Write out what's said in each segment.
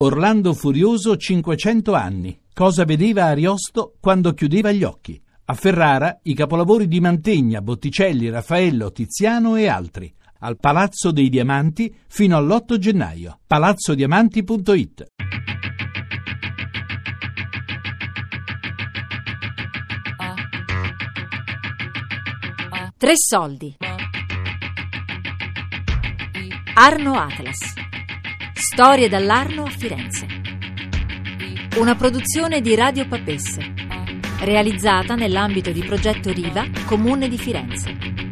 Orlando Furioso 500 anni. Cosa vedeva Ariosto quando chiudeva gli occhi? A Ferrara i capolavori di Mantegna, Botticelli, Raffaello, Tiziano e altri. Al Palazzo dei Diamanti fino all'8 gennaio. palazzodiamanti.it. Tre soldi. Arno Atlas. Storie dall'Arno a Firenze. Una produzione di Radio Papesse, realizzata nell'ambito di Progetto Riva, Comune di Firenze.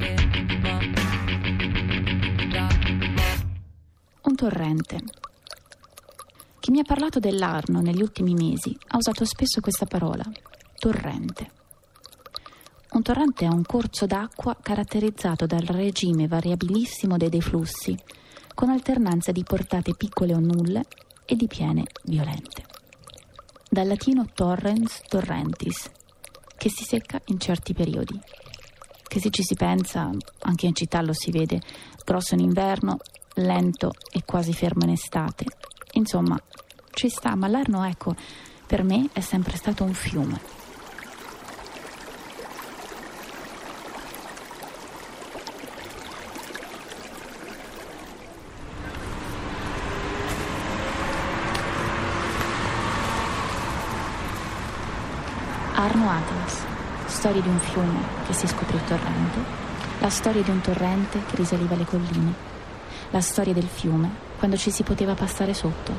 Un torrente. Chi mi ha parlato dell'Arno negli ultimi mesi ha usato spesso questa parola, torrente. Un torrente è un corso d'acqua caratterizzato dal regime variabilissimo dei deflussi, con alternanza di portate piccole o nulle e di piene violente. Dal latino torrens, torrentis, che si secca in certi periodi. Che se ci si pensa, anche in città lo si vede, grosso in inverno, lento e quasi fermo in estate. Insomma, ci sta, ma l'Arno, ecco, per me è sempre stato un fiume. Arno Atlas, storia di un fiume che si scoprì torrente, la storia di un torrente che risaliva le colline, la storia del fiume quando ci si poteva passare sotto.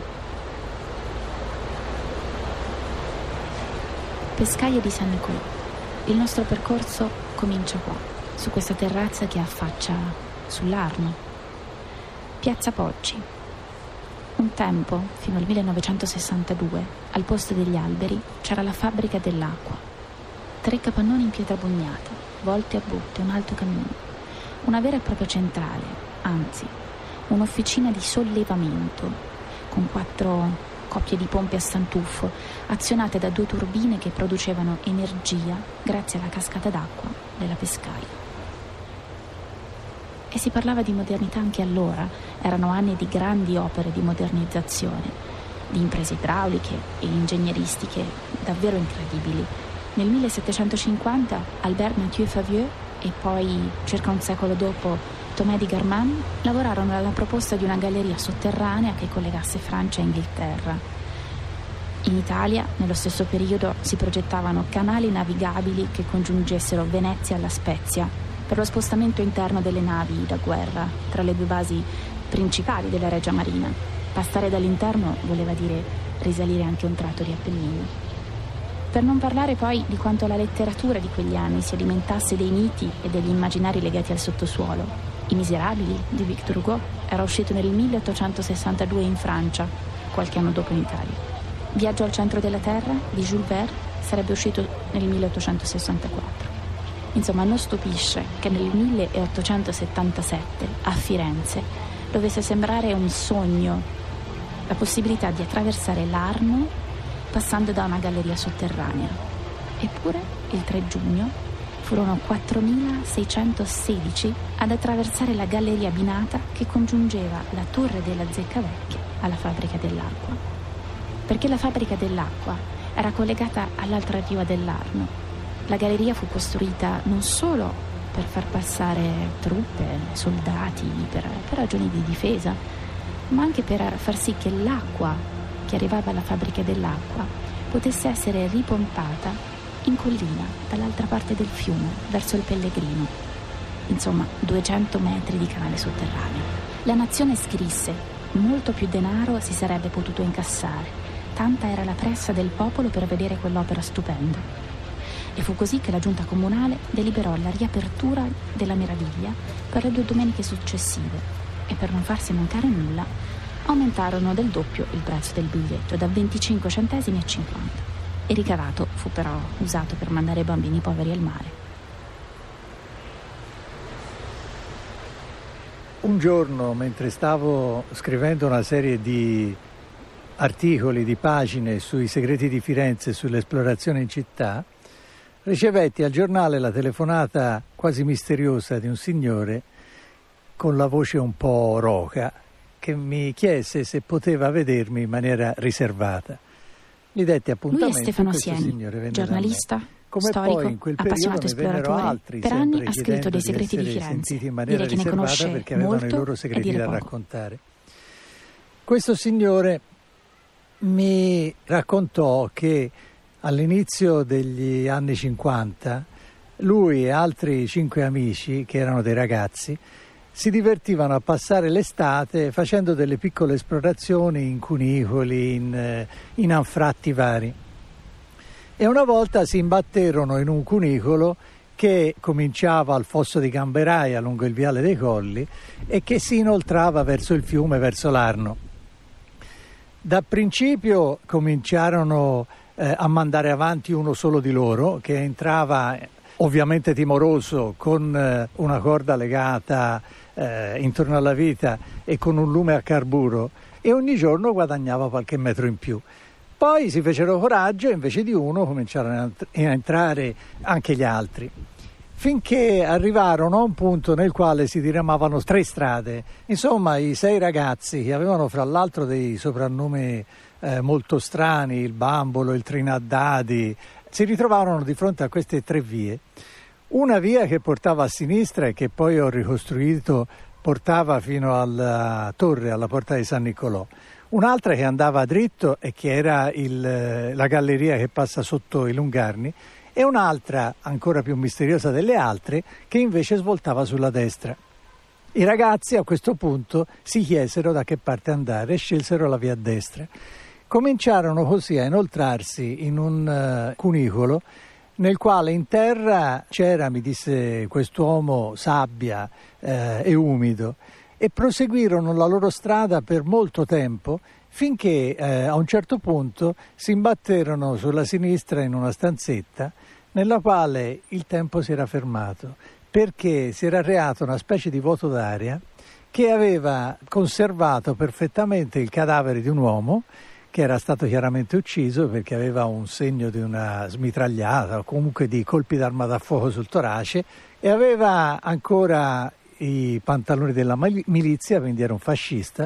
Pescaia di San Nicolò. Il nostro percorso comincia qua, su questa terrazza che affaccia sull'Arno. Piazza Poggi. Un tempo, fino al 1962, al posto degli alberi c'era la fabbrica dell'acqua. 3 capannoni in pietra bugnata, volti a botte, un alto camino. Una vera e propria centrale, anzi, un'officina di sollevamento, con 4 coppie di pompe a stantuffo, azionate da 2 turbine che producevano energia grazie alla cascata d'acqua della Pescaia. E si parlava di modernità anche allora, erano anni di grandi opere di modernizzazione, di imprese idrauliche e ingegneristiche davvero incredibili. Nel 1750 Albert Mathieu Favieux e poi, circa un secolo dopo, Tomé di Garman lavorarono alla proposta di una galleria sotterranea che collegasse Francia e Inghilterra. In Italia, nello stesso periodo, si progettavano canali navigabili che congiungessero Venezia alla Spezia, per lo spostamento interno delle navi da guerra tra le 2 basi principali della Regia Marina. Passare dall'interno voleva dire risalire anche un tratto di Appennini. Per non parlare poi di quanto la letteratura di quegli anni si alimentasse dei miti e degli immaginari legati al sottosuolo. I Miserabili di Victor Hugo era uscito nel 1862 in Francia, qualche anno dopo in Italia. Viaggio al centro della Terra di Jules Verne sarebbe uscito nel 1864. Insomma, non stupisce che nel 1877 a Firenze dovesse sembrare un sogno la possibilità di attraversare l'Arno passando da una galleria sotterranea. Eppure, il 3 giugno, furono 4.616 ad attraversare la galleria binata che congiungeva la torre della Zecca Vecchia alla fabbrica dell'acqua. Perché la fabbrica dell'acqua era collegata all'altra riva dell'Arno. La galleria fu costruita non solo per far passare truppe, soldati, per ragioni di difesa, ma anche per far sì che l'acqua che arrivava alla fabbrica dell'acqua potesse essere ripompata in collina, dall'altra parte del fiume, verso il Pellegrino. Insomma, 200 metri di canale sotterraneo. La nazione scrisse: molto più denaro si sarebbe potuto incassare, tanta era la pressa del popolo per vedere quell'opera stupenda. E fu così che la giunta comunale deliberò la riapertura della meraviglia per le 2 domeniche successive e, per non farsi mancare nulla, aumentarono del doppio il prezzo del biglietto, da 25 centesimi a 50. Il ricavato fu però usato per mandare i bambini poveri al mare. Un giorno, mentre stavo scrivendo una serie di articoli, di pagine sui segreti di Firenze e sull'esplorazione in città, ricevetti al giornale la telefonata quasi misteriosa di un signore con la voce un po' roca che mi chiese se poteva vedermi in maniera riservata. Gli detti appuntamento. Lui è Stefano Sieni, giornalista, storico, appassionato esploratore. Per anni ha scritto dei segreti di Firenze. Direi che ne conosce perché avevano molto i loro segreti e dire da poco. raccontare. Questo signore mi raccontò che all'inizio degli anni 50 lui e altri 5 amici, che erano dei ragazzi, si divertivano a passare l'estate facendo delle piccole esplorazioni in cunicoli, in anfratti vari. E una volta si imbatterono in un cunicolo che cominciava al fosso di Gamberaia lungo il viale dei Colli e che si inoltrava verso il fiume, verso l'Arno. Da principio cominciarono a mandare avanti uno solo di loro, che entrava ovviamente timoroso, con una corda legata intorno alla vita e con un lume a carburo, e ogni giorno guadagnava qualche metro in più. Poi si fecero coraggio e invece di uno cominciarono a entrare anche gli altri, finché arrivarono a un punto nel quale si diramavano 3 strade. Insomma, i 6 ragazzi, che avevano fra l'altro dei soprannomi molto strani, il Bambolo, il Trinaddadi, si ritrovarono di fronte a queste 3 vie. Una via che portava a sinistra e che poi ho ricostruito portava fino alla torre, alla porta di San Niccolò. Un'altra che andava dritto e che era la galleria che passa sotto i Lungarni, e un'altra ancora più misteriosa delle altre che invece svoltava sulla destra. I ragazzi a questo punto si chiesero da che parte andare e scelsero la via a destra. Cominciarono così a inoltrarsi in un cunicolo nel quale in terra c'era, mi disse quest'uomo, sabbia e umido, e proseguirono la loro strada per molto tempo, finché a un certo punto si imbatterono sulla sinistra in una stanzetta nella quale il tempo si era fermato, perché si era creata una specie di vuoto d'aria che aveva conservato perfettamente il cadavere di un uomo che era stato chiaramente ucciso perché aveva un segno di una smitragliata o comunque di colpi d'arma da fuoco sul torace, e aveva ancora i pantaloni della milizia, quindi era un fascista,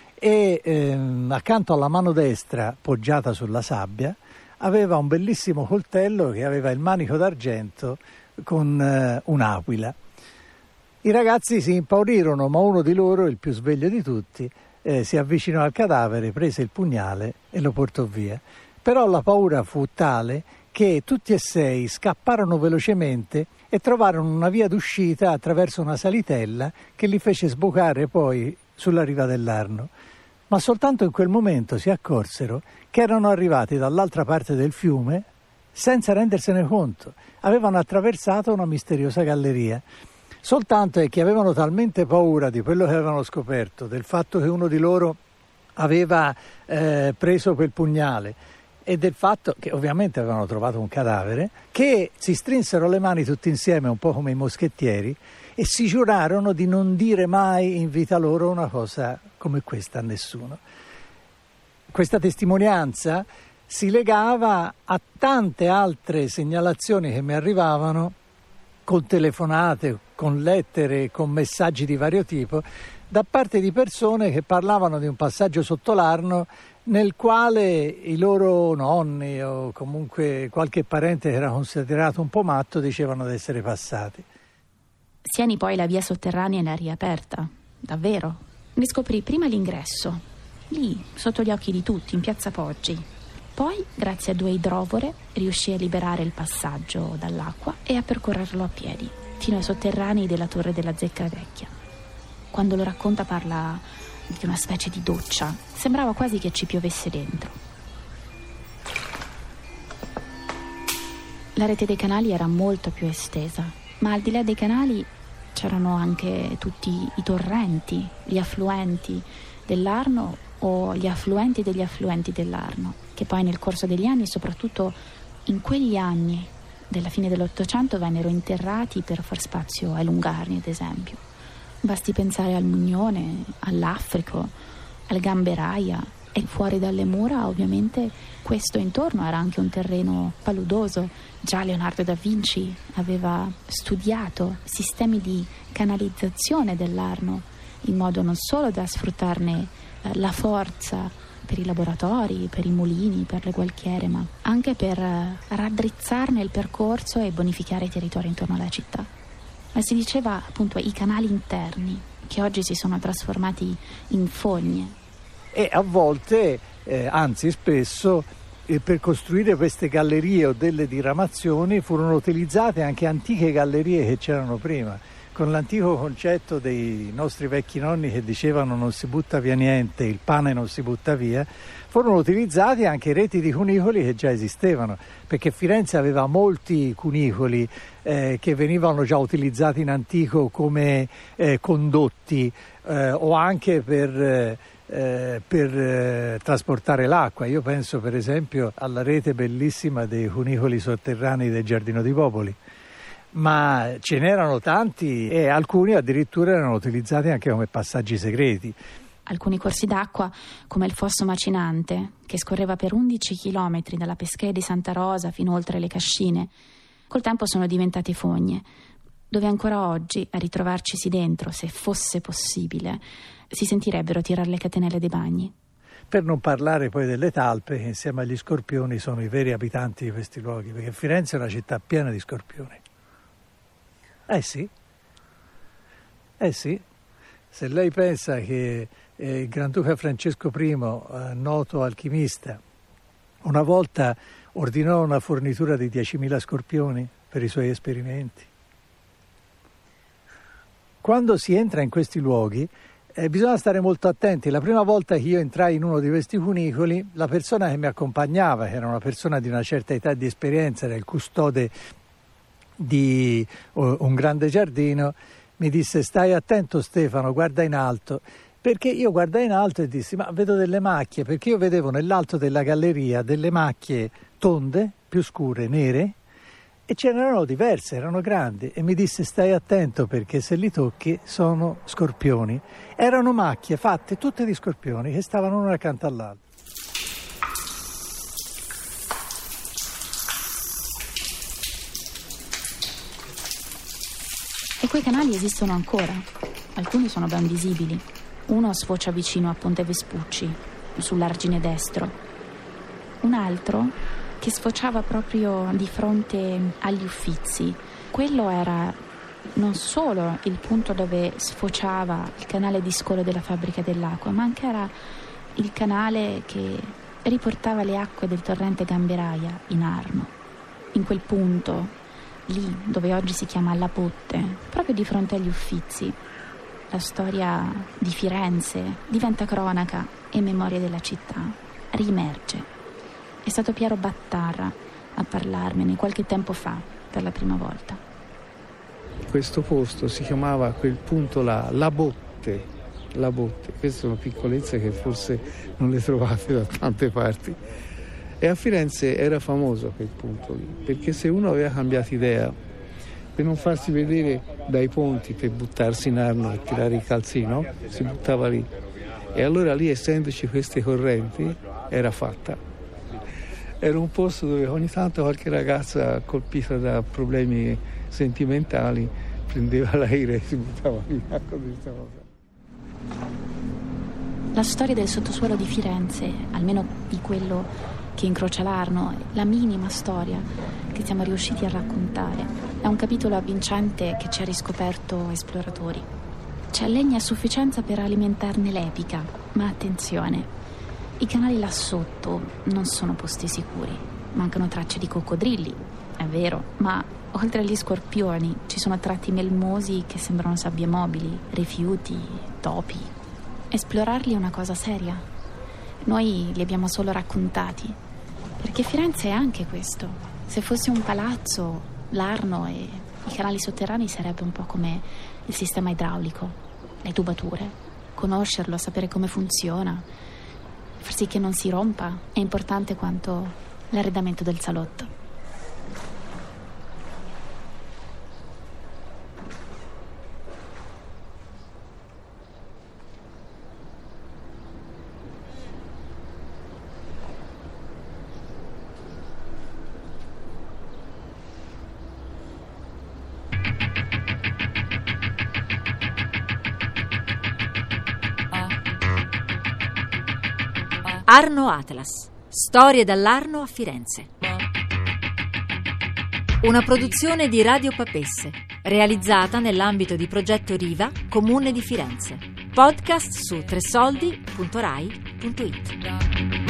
e accanto alla mano destra, poggiata sulla sabbia, aveva un bellissimo coltello che aveva il manico d'argento con un'aquila. I ragazzi si impaurirono, ma uno di loro, il più sveglio di tutti, si avvicinò al cadavere, prese il pugnale e lo portò via. Però la paura fu tale che tutti e 6 scapparono velocemente e trovarono una via d'uscita attraverso una salitella che li fece sbucare poi sulla riva dell'Arno. Ma soltanto in quel momento si accorsero che erano arrivati dall'altra parte del fiume senza rendersene conto. Avevano attraversato una misteriosa galleria. Soltanto è che avevano talmente paura di quello che avevano scoperto, del fatto che uno di loro aveva preso quel pugnale e del fatto che ovviamente avevano trovato un cadavere, che si strinsero le mani tutti insieme, un po' come i moschettieri, e si giurarono di non dire mai in vita loro una cosa come questa a nessuno. Questa testimonianza si legava a tante altre segnalazioni che mi arrivavano con telefonate, con lettere, con messaggi di vario tipo, da parte di persone che parlavano di un passaggio sotto l'Arno nel quale i loro nonni o comunque qualche parente che era considerato un po' matto dicevano di essere passati. Sieni poi la via sotterranea l'ha riaperta, davvero. Ne scoprì prima l'ingresso, lì, sotto gli occhi di tutti, in piazza Poggi. Poi, grazie a 2 idrovore, riuscì a liberare il passaggio dall'acqua e a percorrerlo a piedi, fino ai sotterranei della torre della Zecca Vecchia. Quando lo racconta parla di una specie di doccia, sembrava quasi che ci piovesse dentro. La rete dei canali era molto più estesa, ma al di là dei canali c'erano anche tutti i torrenti, gli affluenti dell'Arno o gli affluenti degli affluenti dell'Arno, che poi nel corso degli anni, soprattutto in quegli anni della fine dell'Ottocento, vennero interrati per far spazio ai Lungarni, ad esempio. Basti pensare al Mugnone, all'Affrico, al Gamberaia, e fuori dalle mura ovviamente questo intorno era anche un terreno paludoso. Già Leonardo da Vinci aveva studiato sistemi di canalizzazione dell'Arno in modo non solo da sfruttarne la forza per i laboratori, per i mulini, per le gualchiere, ma anche per raddrizzarne il percorso e bonificare i territori intorno alla città. Ma si diceva appunto i canali interni, che oggi si sono trasformati in fogne. E a volte, anzi spesso, per costruire queste gallerie o delle diramazioni furono utilizzate anche antiche gallerie che c'erano prima, con l'antico concetto dei nostri vecchi nonni che dicevano non si butta via niente, il pane non si butta via. Furono utilizzati anche reti di cunicoli che già esistevano, perché Firenze aveva molti cunicoli che venivano già utilizzati in antico come condotti o anche per trasportare l'acqua. Io penso per esempio alla rete bellissima dei cunicoli sotterranei del Giardino di Popoli, ma ce n'erano tanti e alcuni addirittura erano utilizzati anche come passaggi segreti. Alcuni corsi d'acqua, come il Fosso Macinante, che scorreva per 11 chilometri dalla Peschea di Santa Rosa fino oltre le Cascine, col tempo sono diventati fogne, dove ancora oggi, a ritrovarcisi dentro, se fosse possibile, si sentirebbero tirare le catenelle dei bagni. Per non parlare poi delle talpe, che insieme agli scorpioni sono i veri abitanti di questi luoghi, perché Firenze è una città piena di scorpioni. Eh sì, se lei pensa che il Granduca Francesco I, noto alchimista, una volta ordinò una fornitura di 10.000 scorpioni per i suoi esperimenti. Quando si entra in questi luoghi bisogna stare molto attenti. La prima volta che io entrai in uno di questi cunicoli, la persona che mi accompagnava, che era una persona di una certa età di esperienza, era il custode di un grande giardino, mi disse: stai attento Stefano, guarda in alto. Perché io guardai in alto e dissi: ma vedo delle macchie, perché io vedevo nell'alto della galleria delle macchie tonde, più scure, nere, e ce n'erano diverse, erano grandi, e mi disse: stai attento perché se li tocchi sono scorpioni. Erano macchie fatte tutte di scorpioni che stavano una accanto all'altra. E quei canali esistono ancora, alcuni sono ben visibili. Uno sfocia vicino a Ponte Vespucci, sull'argine destro. Un altro che sfociava proprio di fronte agli Uffizi. Quello era non solo il punto dove sfociava il canale di scolo della fabbrica dell'acqua, ma anche era il canale che riportava le acque del torrente Gamberaia in Arno. In quel punto, lì dove oggi si chiama La Botte, proprio di fronte agli Uffizi, la storia di Firenze diventa cronaca e memoria della città, riemerge. È stato Piero Battarra a parlarmene qualche tempo fa per la prima volta. Questo posto si chiamava a quel punto La Botte. La Botte, queste sono piccolezze che forse non le trovate da tante parti. E a Firenze era famoso quel punto lì, perché se uno aveva cambiato idea, per non farsi vedere dai ponti per buttarsi in Arno e tirare il calzino, si buttava lì. E allora lì, essendoci queste correnti, era fatta. Era un posto dove ogni tanto qualche ragazza colpita da problemi sentimentali prendeva l'aereo e si buttava via. La storia del sottosuolo di Firenze, almeno di quello che incrocia l'Arno, la minima storia che siamo riusciti a raccontare, è un capitolo avvincente che ci ha riscoperto esploratori. C'è legna a sufficienza per alimentarne l'epica, ma attenzione, i canali là sotto non sono posti sicuri. Mancano tracce di coccodrilli, è vero, ma oltre agli scorpioni ci sono tratti melmosi che sembrano sabbie mobili, rifiuti, topi. Esplorarli è una cosa seria. Noi li abbiamo solo raccontati, perché Firenze è anche questo. Se fosse un palazzo, l'Arno e i canali sotterranei sarebbe un po' come il sistema idraulico, le tubature. Conoscerlo, sapere come funziona, far sì che non si rompa, è importante quanto l'arredamento del salotto. Arno Atlas. Storie dall'Arno a Firenze. Una produzione di Radio Papesse, realizzata nell'ambito di progetto Riva, Comune di Firenze. Podcast su tresoldi.rai.it.